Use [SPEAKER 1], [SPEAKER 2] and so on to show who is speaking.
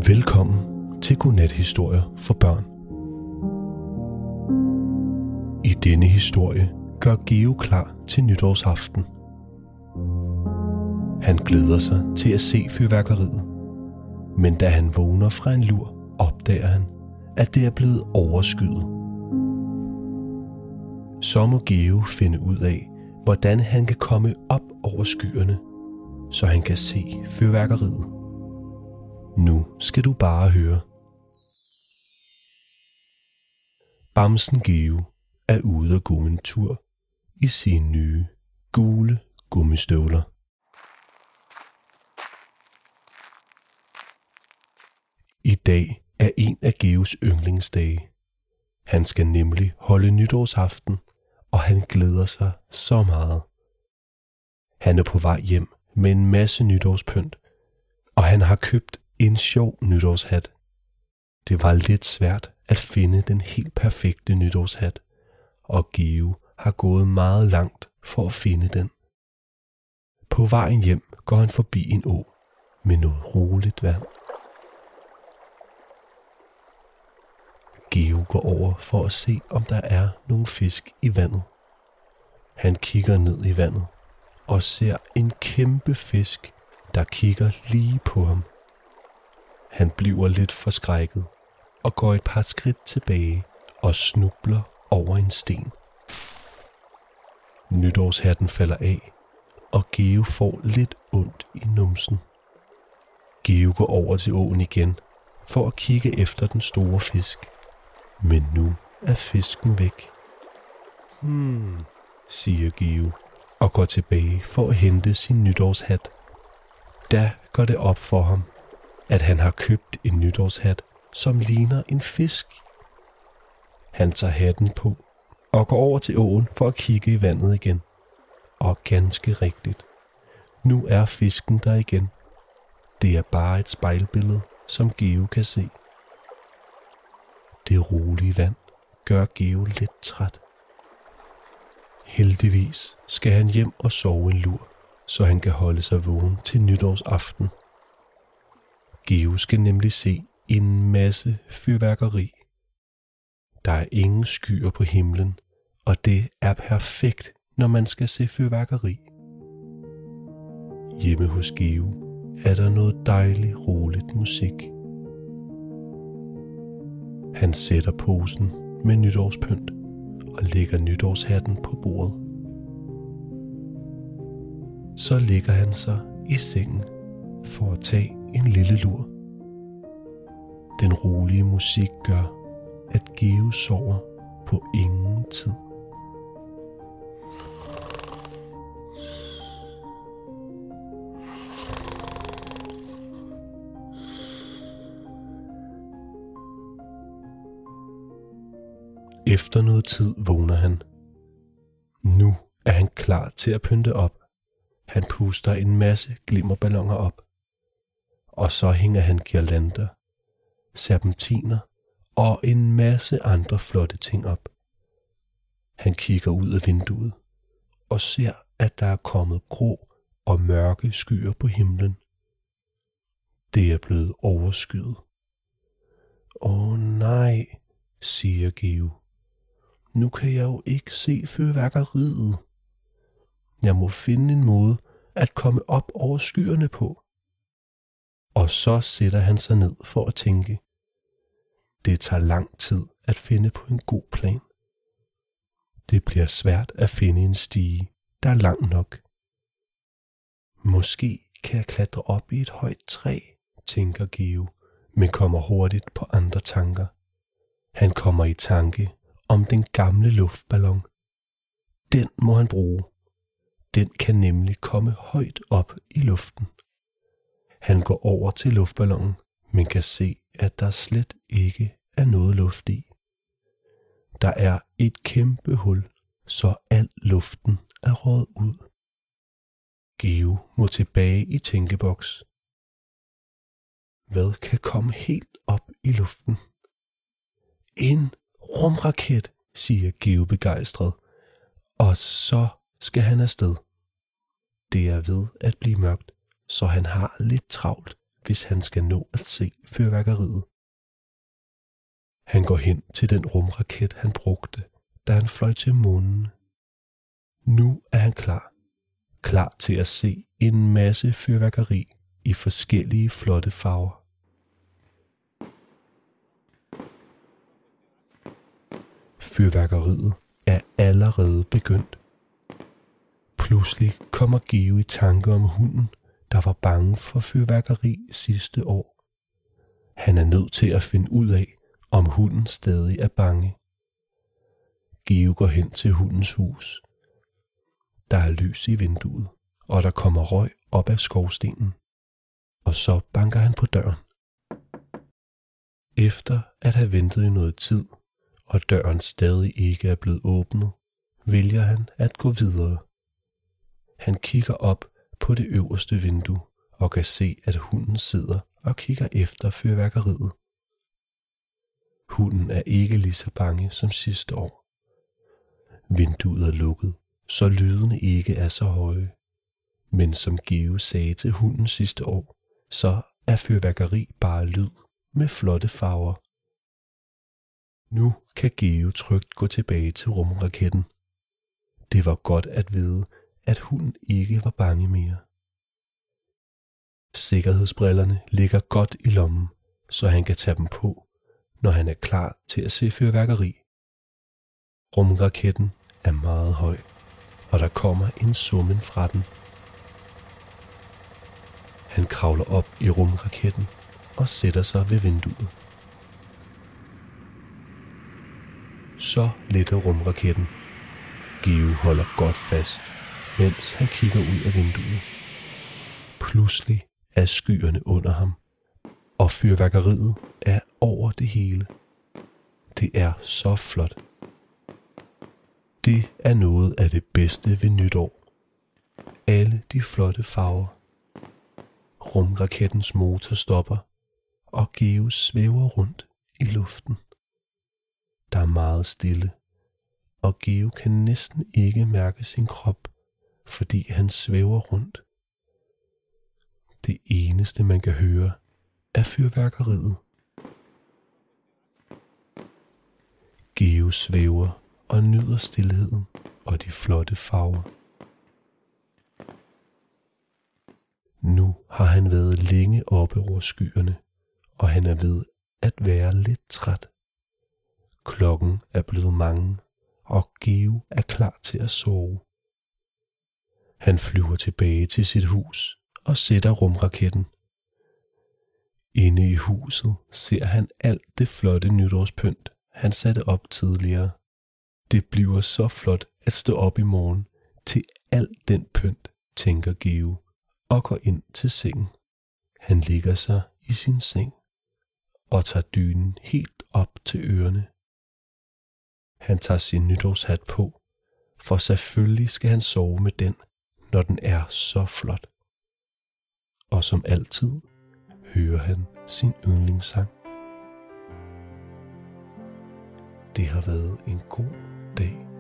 [SPEAKER 1] Velkommen til Godnathistorier for børn. I denne historie gør Geo klar til nytårsaften. Han glæder sig til at se fyrværkeriet, men da han vågner fra en lur, opdager han, at det er blevet overskyet. Så må Geo finde ud af, hvordan han kan komme op over skyerne, så han kan se fyrværkeriet. Nu skal du bare høre. Bamsen Geo er ude at gå en tur i sine nye gule gummistøvler. I dag er en af Geos yndlingsdage. Han skal nemlig holde nytårsaften, og han glæder sig så meget. Han er på vej hjem med en masse nytårspynt, og han har købt en sjov nytårshat. Det var lidt svært at finde den helt perfekte nytårshat, og Geo har gået meget langt for at finde den. På vejen hjem går han forbi en å med noget roligt vand. Geo går over for at se, om der er nogle fisk i vandet. Han kigger ned i vandet og ser en kæmpe fisk, der kigger lige på ham. Han bliver lidt forskrækket og går et par skridt tilbage og snubler over en sten. Nytårshatten falder af, og Geo får lidt ondt i numsen. Geo går over til åen igen for at kigge efter den store fisk. Men nu er fisken væk. Siger Geo og går tilbage for at hente sin nytårshat. Da går det op for ham, at han har købt en nytårshat, som ligner en fisk. Han tager hatten på og går over til åen for at kigge i vandet igen. Og ganske rigtigt. Nu er fisken der igen. Det er bare et spejlbillede, som Geo kan se. Det rolige vand gør Geo lidt træt. Heldigvis skal han hjem og sove en lur, så han kan holde sig vågen til nytårsaften. Geo skal nemlig se en masse fyrværkeri. Der er ingen skyer på himlen, og det er perfekt, når man skal se fyrværkeri. Hjemme hos Geo er der noget dejligt roligt musik. Han sætter posen med nytårspynt og lægger nytårshatten på bordet. Så ligger han sig i sengen for at tage en lille lur. Den rolige musik gør, at Geo sover på ingen tid. Efter noget tid vågner han. Nu er han klar til at pynte op. Han puster en masse glimmerballoner op. Og så hænger han girlander, serpentiner og en masse andre flotte ting op. Han kigger ud af vinduet og ser, at der er kommet grå og mørke skyer på himlen. Det er blevet overskyet. Åh nej, siger Geo. Nu kan jeg jo ikke se fyrværkeriet. Jeg må finde en måde at komme op over skyerne på. Og så sætter han sig ned for at tænke. Det tager lang tid at finde på en god plan. Det bliver svært at finde en stige, der er lang nok. Måske kan jeg klatre op i et højt træ, tænker Geo, men kommer hurtigt på andre tanker. Han kommer i tanke om den gamle luftballon. Den må han bruge. Den kan nemlig komme højt op i luften. Han går over til luftballonen, men kan se, at der slet ikke er noget luft i. Der er et kæmpe hul, så al luften er røget ud. Geo må tilbage i tænkeboks. Hvad kan komme helt op i luften? En rumraket, siger Geo begejstret, og så skal han afsted. Det er ved at blive mørkt, så han har lidt travlt hvis han skal nå at se fyrværkeriet. Han går hen til den rumraket, han brugte, da han fløj til månen. Nu er han klar til at se en masse fyrværkeri i forskellige flotte farver. Fyrværkeriet er allerede begyndt. Pludselig kommer Geo i tanke om hunden, der var bange for fyrværkeri sidste år. Han er nødt til at finde ud af, om hunden stadig er bange. Geo går hen til hundens hus. Der er lys i vinduet, og der kommer røg op af skorstenen. Og så banker han på døren. Efter at have ventet i noget tid, og døren stadig ikke er blevet åbnet, vælger han at gå videre. Han kigger op på det øverste vindue og kan se, at hunden sidder og kigger efter fyrværkeriet. Hunden er ikke lige så bange som sidste år. Vinduet er lukket, så lydene ikke er så høje. Men som Geo sagde til hunden sidste år, så er fyrværkeri bare lyd med flotte farver. Nu kan Geo trygt gå tilbage til rumraketten. Det var godt at vide, at hunden ikke var bange mere. Sikkerhedsbrillerne ligger godt i lommen, så han kan tage dem på, når han er klar til at se fyrværkeri. Rumraketten er meget høj, og der kommer en summen fra den. Han kravler op i rumraketten og sætter sig ved vinduet. Så letter rumraketten. Geo holder godt fast, mens han kigger ud af vinduet. Pludselig er skyerne under ham, og fyrværkeriet er over det hele. Det er så flot. Det er noget af det bedste ved nytår. Alle de flotte farver. Rumrakettens motor stopper, og Geo svæver rundt i luften. Der er meget stille, og Geo kan næsten ikke mærke sin krop, fordi han svæver rundt. Det eneste man kan høre er fyrværkeriet. Geo svæver og nyder stilheden og de flotte farver. Nu har han været længe oppe over skyerne, og han er ved at være lidt træt. Klokken er blevet mange, og Geo er klar til at sove. Han flyver tilbage til sit hus og sætter rumraketten. Inde i huset ser han alt det flotte nytårspynt, han satte op tidligere. Det bliver så flot at stå op i morgen til al den pynt, tænker Geo, og går ind til sengen. Han ligger sig i sin seng og tager dynen helt op til ørerne. Han tager sin nytårshat på, for selvfølgelig skal han sove med den, når den er så flot. Og som altid hører han sin yndlingssang. Det har været en god dag.